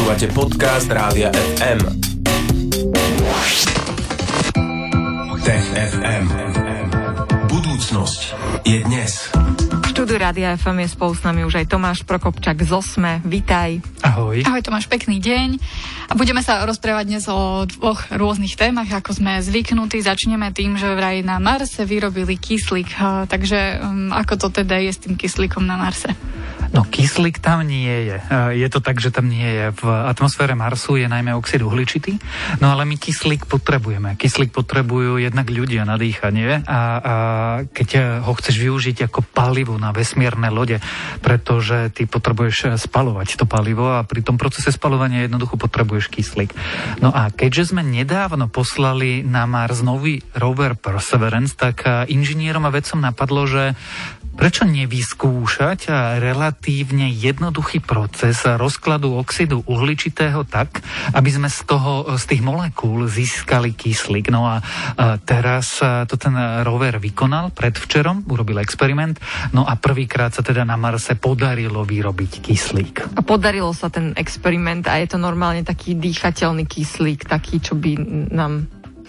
Počúvate podcast Rádia FM. Tech FM. Budúcnosť je dnes. V štúdiu Rádia FM je spolu s nami už aj Tomáš Prokopčák z OSME. Vitaj. Ahoj. Ahoj Tomáš, pekný deň. A budeme sa rozprávať dnes o dvoch rôznych témach, ako sme zvyknutí. Začneme tým, že vraj na Marse vyrobili kyslík. Takže ako to teda je s tým kyslíkom na Marse? No, kyslík tam nie je. Je to tak, že tam nie je. V atmosfére Marsu je najmä oxid uhličitý, no ale my kyslík potrebujeme. Kyslík potrebujú jednak ľudia na dýchanie a keď ho chceš využiť ako palivo na vesmírne lode, pretože ty potrebuješ spaľovať to palivo a pri tom procese spaľovania jednoducho potrebuješ kyslík. No a keďže sme nedávno poslali na Mars nový rover Perseverance, tak inžinierom a vedcom napadlo, že prečo nevyskúšať relatívne jednoduchý proces rozkladu oxidu uhličitého tak, aby sme z tých molekúl získali kyslík. No a teraz to ten rover vykonal predvčerom, urobil experiment, no a prvýkrát sa teda na Marse podarilo vyrobiť kyslík. A podarilo sa ten experiment a je to normálne taký dýchateľný kyslík, taký, čo by nám...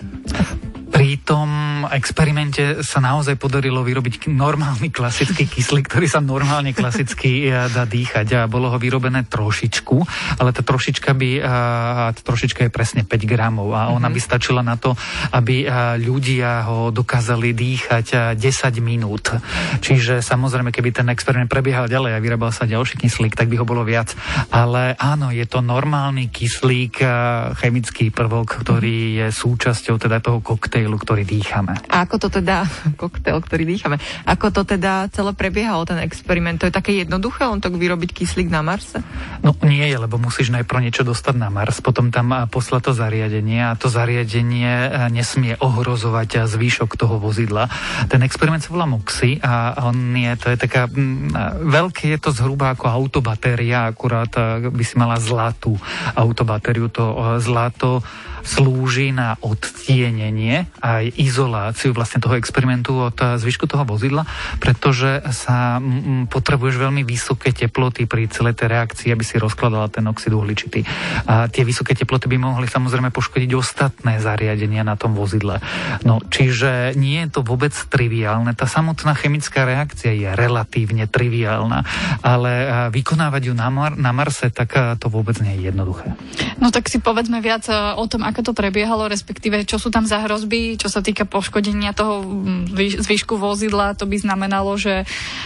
Pri tom experimente sa naozaj podarilo vyrobiť normálny klasický kyslík, ktorý sa normálne klasicky dá dýchať a bolo ho vyrobené trošičku, ale tá trošička je presne 5 gramov a ona by stačila na to, aby ľudia ho dokázali dýchať 10 minút. Čiže samozrejme, keby ten experiment prebiehal ďalej a vyrábal sa ďalší kyslík, tak by ho bolo viac. Ale áno, je to normálny kyslík, chemický prvok, ktorý je súčasťou teda toho koktejlu, ktorý dýchame. A ako to teda, koktail, ktorý dýchame, ako to teda celé prebiehalo, ten experiment? To je také jednoduché, len tak vyrobiť kyslík na Marse? No nie je, lebo musíš najprv niečo dostať na Mars, potom tam poslať to zariadenie a to zariadenie nesmie ohrozovať zvyšok toho vozidla. Ten experiment sa volá MOXIE a to je taká veľké, je to zhruba ako autobatéria, akurát by si mala zlatú autobatériu. To zlato slúži na odtienenie aj izoláciu vlastne toho experimentu od zvyšku toho vozidla, pretože sa potrebuješ veľmi vysoké teploty pri celej tej reakcii, aby si rozkladala ten oxid uhličitý. A tie vysoké teploty by mohli samozrejme poškodiť ostatné zariadenia na tom vozidle. No, čiže nie je to vôbec triviálne. Tá samotná chemická reakcia je relatívne triviálna, ale vykonávať ju na Marse, tak to vôbec nie je jednoduché. No tak si povedzme viac o tom, ako to prebiehalo, respektíve čo sú tam za hrozby, čo sa týka poškodenia toho zvyšku vozidla. To by znamenalo, že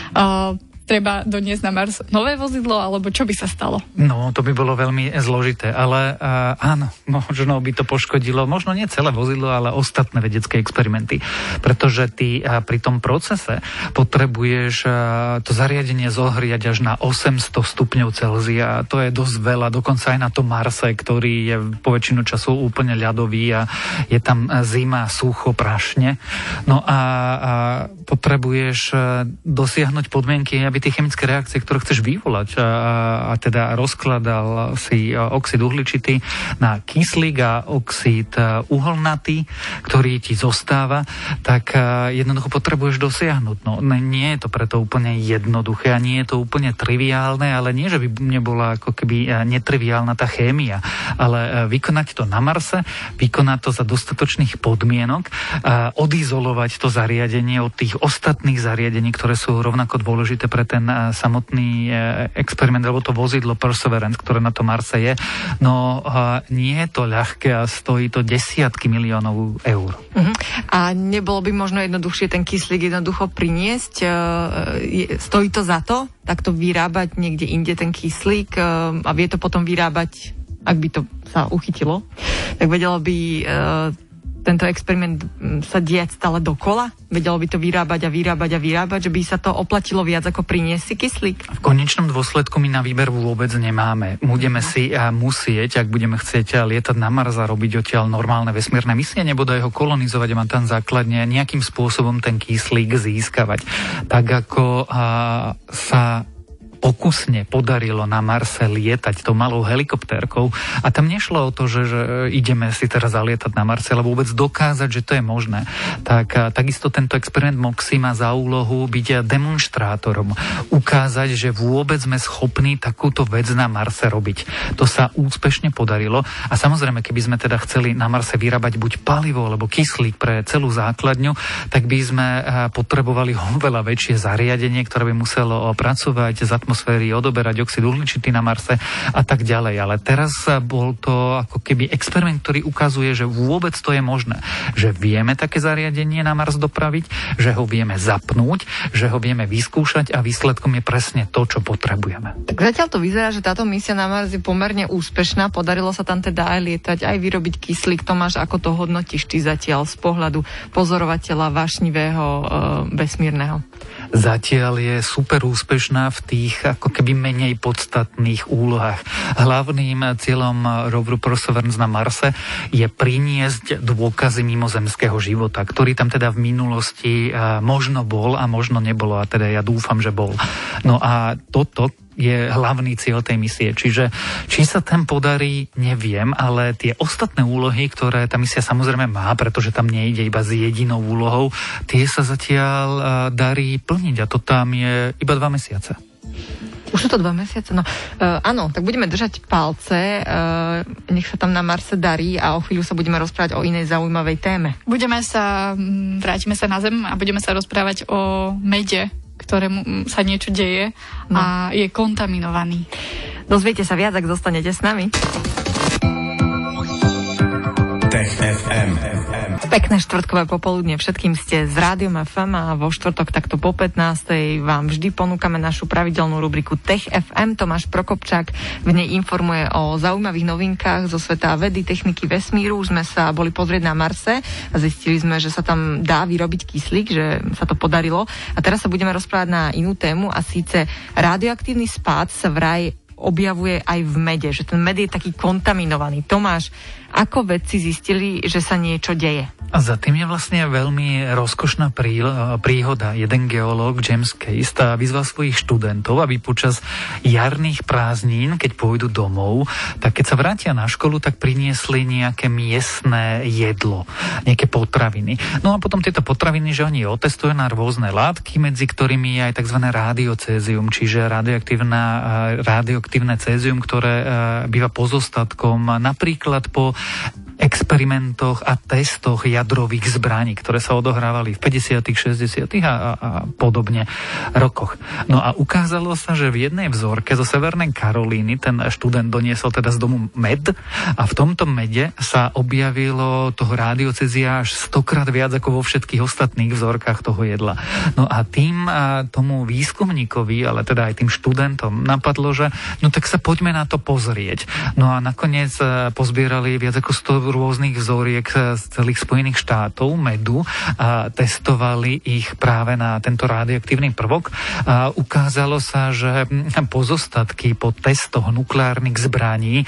treba doniesť na Mars nové vozidlo, alebo čo by sa stalo? No, to by bolo veľmi zložité, ale áno, možno by to poškodilo, možno nie celé vozidlo, ale ostatné vedecké experimenty, pretože ty pri tom procese potrebuješ to zariadenie zohriať až na 800 stupňov Celzia. To je dosť veľa, dokonca aj na tom Marse, ktorý je po väčšinu času úplne ľadový a je tam zima, sucho, prašne. No a potrebuješ dosiahnuť podmienky, aby tie chemické reakcie, ktoré chceš vyvolať a teda rozkladal si oxid uhličitý na kyslík a oxid uholnatý, ktorý ti zostáva, tak jednoducho potrebuješ dosiahnuť. No, nie je to preto úplne jednoduché a nie je to úplne triviálne, ale nie, že by nebola ako keby netriviálna tá chémia, ale vykonať to na Marse, vykonať to za dostatočných podmienok, odizolovať to zariadenie od tých ostatných zariadení, ktoré sú rovnako dôležité pre ten samotný experiment, alebo to vozidlo Perseverance, ktoré na tom Marse je. No nie je to ľahké a stojí to desiatky miliónov eur. A nebolo by možno jednoduchšie ten kyslík jednoducho priniesť? Stojí to za to? Takto vyrábať niekde inde ten kyslík a vie to potom vyrábať, ak by to sa uchytilo, tak vedelo by tento experiment sa diať stále dokola? Vedelo by to vyrábať, že by sa to oplatilo viac ako priniesť si kyslík? V konečnom dôsledku my na výber vôbec nemáme. Budeme si musieť, ak budeme chcieť lietať na Mars a robiť odtiaľ normálne vesmírne misie, nebodaj ho kolonizovať a mať tam základne nejakým spôsobom ten kyslík získavať. Tak ako sa pokusne podarilo na Marse lietať tou malou helikoptérkou. A tam nešlo o to, že ideme si teraz zalietať na Marse, ale vôbec dokázať, že to je možné. Tak takisto tento experiment MOXIE má za úlohu byť demonštrátorom. Ukázať, že vôbec sme schopní takúto vec na Marse robiť. To sa úspešne podarilo. A samozrejme, keby sme teda chceli na Marse vyrábať buď palivo alebo kyslík pre celú základňu, tak by sme potrebovali oveľa väčšie zariadenie, ktoré by muselo pracovať z atmosféry, odoberať oxid uhličitý na Marse a tak ďalej. Ale teraz bol to ako keby experiment, ktorý ukazuje, že vôbec to je možné. Že vieme také zariadenie na Mars dopraviť, že ho vieme zapnúť, že ho vieme vyskúšať a výsledkom je presne to, čo potrebujeme. Tak zatiaľ to vyzerá, že táto misia na Mars je pomerne úspešná. Podarilo sa tam teda aj lietať, aj vyrobiť kyslík. Tomáš, ako to hodnotíš ty zatiaľ z pohľadu pozorovateľa vášnivého vesmírneho? Zatiaľ je super úspešná v tých ako keby menej podstatných úlohách. Hlavným cieľom roveru Perseverance na Marse je priniesť dôkazy mimozemského života, ktorý tam teda v minulosti možno bol a možno nebolo, a teda ja dúfam, že bol. No a toto je hlavný cieľ tej misie. Čiže či sa tam podarí, neviem, ale tie ostatné úlohy, ktoré tá misia samozrejme má, pretože tam nejde iba s jedinou úlohou, tie sa zatiaľ darí plniť a to tam je iba 2 mesiace. Už sú to 2 mesiace? No, áno, tak budeme držať palce, nech sa tam na Marse darí a o chvíľu sa budeme rozprávať o inej zaujímavej téme. Vrátime sa na Zem a budeme sa rozprávať o mede, ktorému sa niečo deje a je kontaminovaný. Dozviete sa viac, ak zostanete s nami. Tech FM. Pekné štvrtkové popoludne všetkým, ste z Rádiom FM a vo štvrtok takto po 15. vám vždy ponúkame našu pravidelnú rubriku Tech FM. Tomáš Prokopčák v nej informuje o zaujímavých novinkách zo sveta vedy, techniky, vesmíru. Už sme sa boli pozrieť na Marse a zistili sme, že sa tam dá vyrobiť kyslík, že sa to podarilo. A teraz sa budeme rozprávať na inú tému a síce radioaktívny spád sa vraj objavuje aj v mede, že ten med je taký kontaminovaný. Tomáš, ako vedci zistili, že sa niečo deje? A za tým je vlastne veľmi rozkošná príhoda. Jeden geológ, James Case, vyzval svojich študentov, aby počas jarných prázdnin, keď pôjdu domov, tak keď sa vrátia na školu, tak priniesli nejaké miestne jedlo, nejaké potraviny. No a potom tieto potraviny, že oni otestujú na rôzne látky, medzi ktorými je aj tzv. Rádiocézium, čiže radioaktívne cézium, ktoré býva pozostatkom napríklad po experimentoch a testoch jadrových zbraní, ktoré sa odohrávali v 50., 60. a podobne rokoch. No a ukázalo sa, že v jednej vzorke zo Severnej Karolíny ten študent doniesol teda z domu med a v tomto mede sa objavilo toho rádiocézia až 100-krát viac ako vo všetkých ostatných vzorkách toho jedla. No a tým tomu výskumníkovi, ale teda aj tým študentom napadlo, že no tak sa poďme na to pozrieť. No a nakoniec pozbierali viac ako 100 rôznych vzoriek z celých Spojených štátov medu a testovali ich práve na tento radioaktívny prvok a ukázalo sa, že pozostatky po testoch nukleárnych zbraní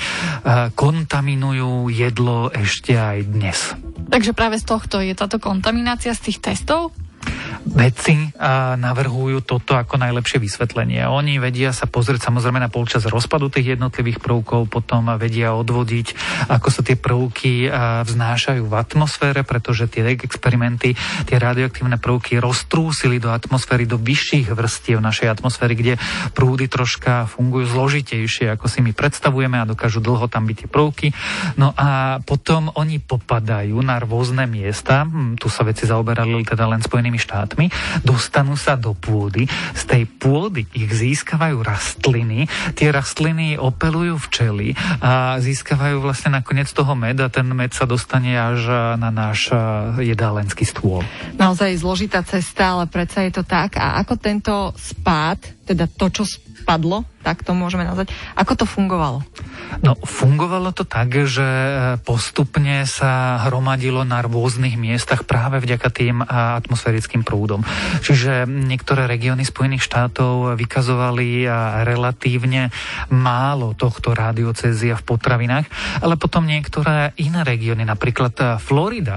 kontaminujú jedlo ešte aj dnes. Takže práve z tohto je táto kontaminácia z tých testov? Vedci navrhujú toto ako najlepšie vysvetlenie. Oni vedia sa pozrieť samozrejme na polčas rozpadu tých jednotlivých prvkov, potom vedia odvodiť, ako sa tie prvky vznášajú v atmosfére, pretože tie experimenty, tie radioaktívne prvky roztrúsili do atmosféry, do vyšších vrstiev našej atmosféry, kde prúdy troška fungujú zložitejšie, ako si my predstavujeme a dokážu dlho tam byť tie prvky. No a potom oni popadajú na rôzne miesta, tu sa vedci zaoberali teda len Spojenými štátmi, dostanú sa do pôdy, z tej pôdy ich získavajú rastliny, tie rastliny opelujú včely a získavajú vlastne nakoniec toho med a ten med sa dostane až na náš jedálenský stôl. Naozaj zložitá cesta, ale predsa je to tak. A ako tento spád, teda to, čo spadlo, tak to môžeme nazvať, ako to fungovalo? No, fungovalo to tak, že postupne sa hromadilo na rôznych miestach práve vďaka tým atmosférickým prúdom. Čiže niektoré regióny Spojených štátov vykazovali relatívne málo tohto rádiocézia v potravinách, ale potom niektoré iné regióny, napríklad Florida,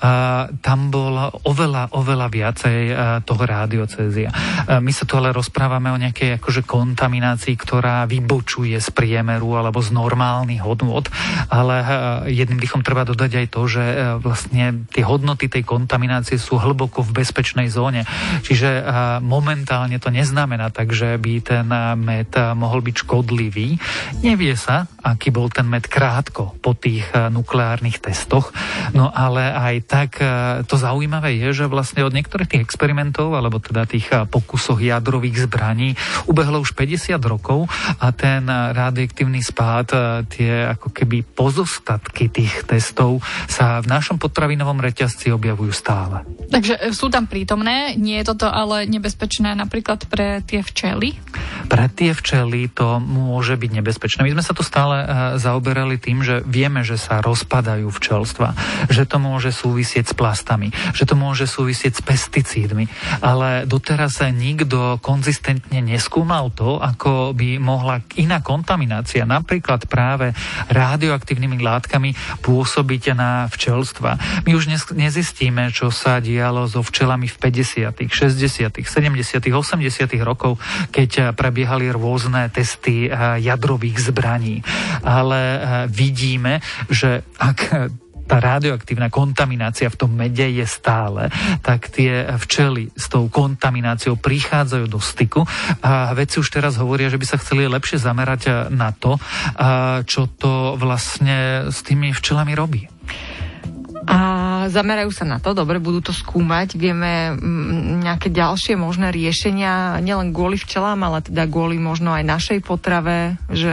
tam bolo oveľa viacej toho rádiocézia. My sa tu ale rozprávame o nejakej akože kontaminácii, ktorá vybočuje z priemeru alebo z normálnych hodnôt, ale jedným dýchom treba dodať aj to, že vlastne tie hodnoty tej kontaminácie sú hlboko v bezpečnej zóne. Čiže momentálne to neznamená tak, že by ten med mohol byť škodlivý. Nevie sa, aký bol ten med krátko po tých nukleárnych testoch, no ale aj tak to zaujímavé je, že vlastne od niektorých tých experimentov, alebo teda tých pokusoch jadrových zbraní ubehlo už 50 rokov a ten radioaktívny spád, tie ako keby pozostatky tých testov sa v našom potravinovom reťazci objavujú stále. Takže sú tam prítomné, nie je toto ale nebezpečné napríklad pre tie včely? Pre tie včely to môže byť nebezpečné. My sme sa tu stále zaoberali tým, že vieme, že sa rozpadajú včelstva, že to môže súvisieť s plastami, že to môže súvisieť s pesticídmi, ale doteraz sa nikto konzistentne neskúmal to, ako by mohla iná kontaminácia, napríklad práve radioaktívnymi látkami, pôsobiť na včelstva. My už nezistíme, čo sa dialo so včelami v 50., 60., 70., 80. rokov, keď prebiehali rôzne testy jadrových zbraní. Ale vidíme, že ak tá radioaktívna kontaminácia v tom mede je stále, tak tie včely s tou kontamináciou prichádzajú do styku a vedci už teraz hovoria, že by sa chceli lepšie zamerať na to, čo to vlastne s tými včelami robí. A zamerajú sa na to, dobre, budú to skúmať. Vieme nejaké ďalšie možné riešenia, nielen kvôli včelám, ale teda kvôli možno aj našej potrave, že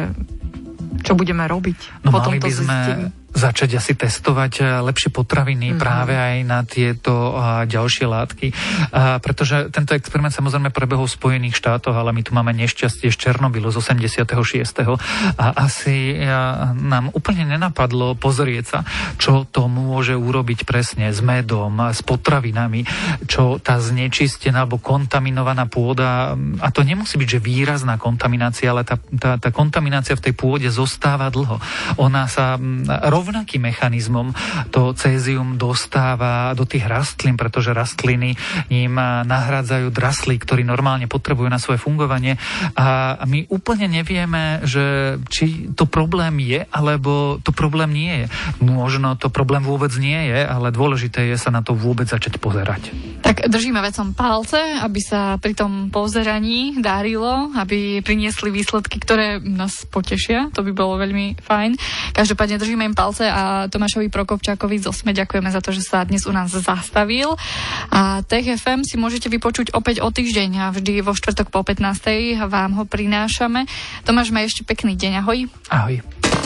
čo budeme robiť? No potom mali by sme začať asi testovať lepšie potraviny práve aj na tieto ďalšie látky. Pretože tento experiment samozrejme prebehol v Spojených štátoch, ale my tu máme nešťastie z Černobylu z 86. A asi nám úplne nenapadlo pozrieť sa, čo to môže urobiť presne s medom, s potravinami, čo tá znečistená alebo kontaminovaná pôda, a to nemusí byť, že výrazná kontaminácia, ale tá kontaminácia v tej pôde zostáva dlho. Ona sa rovnakým mechanizmom to cézium dostáva do tých rastlín, pretože rastliny ním nahrádzajú draslík, ktorý normálne potrebujú na svoje fungovanie. A my úplne nevieme, že či to problém je, alebo to problém nie je. Možno to problém vôbec nie je, ale dôležité je sa na to vôbec začať pozerať. Tak držíme vecom palce, aby sa pri tom pozeraní dárilo, aby priniesli výsledky, ktoré nás potešia. To by bolo veľmi fajn. Každopádne držíme im palce a Tomášovi Prokopčákovi z Osme ďakujeme za to, že sa dnes u nás zastavil. A Tech FM si môžete vypočuť opäť o týždeň a vždy vo štvrtok po 15. vám ho prinášame. Tomáš, maj ešte pekný deň. Ahoj. Ahoj.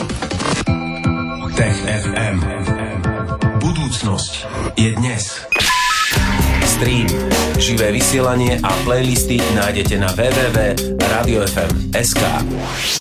Tech FM. Budúcnosť je dnes. Stream, živé vysielanie a playlisty nájdete na www.radiofm.sk.